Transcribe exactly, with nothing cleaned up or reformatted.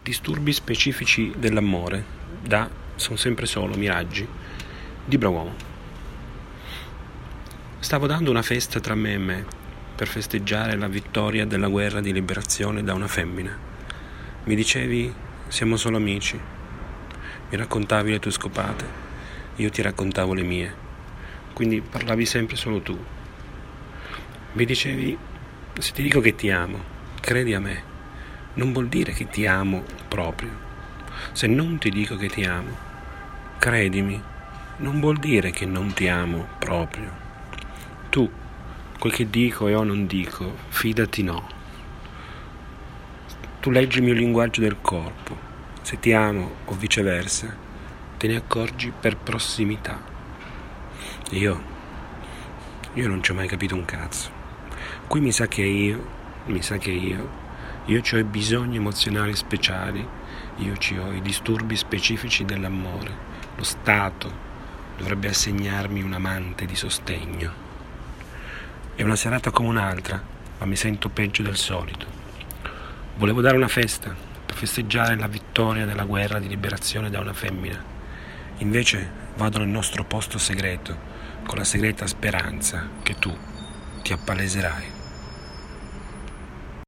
Disturbi specifici dell'amore da Son sempre solo, Miraggi di Brav'uomo. Stavo dando una festa tra me e me per festeggiare la vittoria della guerra di liberazione da una femmina. Mi dicevi siamo solo amici, mi raccontavi le tue scopate, io ti raccontavo le mie, quindi parlavi sempre solo tu. Mi dicevi se ti dico che ti amo, credi a me. Non vuol dire che ti amo proprio. Se non ti dico che ti amo, credimi, non vuol dire che non ti amo proprio. Tu, quel che dico e o non dico, fidati no. Tu leggi il mio linguaggio del corpo. Se ti amo o viceversa, te ne accorgi per prossimità. Io, io non ci ho mai capito un cazzo. Qui mi sa che io, mi sa che io Io ho i bisogni emozionali speciali, io ci ho i disturbi specifici dell'amore. Lo Stato dovrebbe assegnarmi un amante di sostegno. È una serata come un'altra, ma mi sento peggio del solito. Volevo dare una festa per festeggiare la vittoria della guerra di liberazione da una femmina. Invece vado nel nostro posto segreto con la segreta speranza che tu ti appaleserai.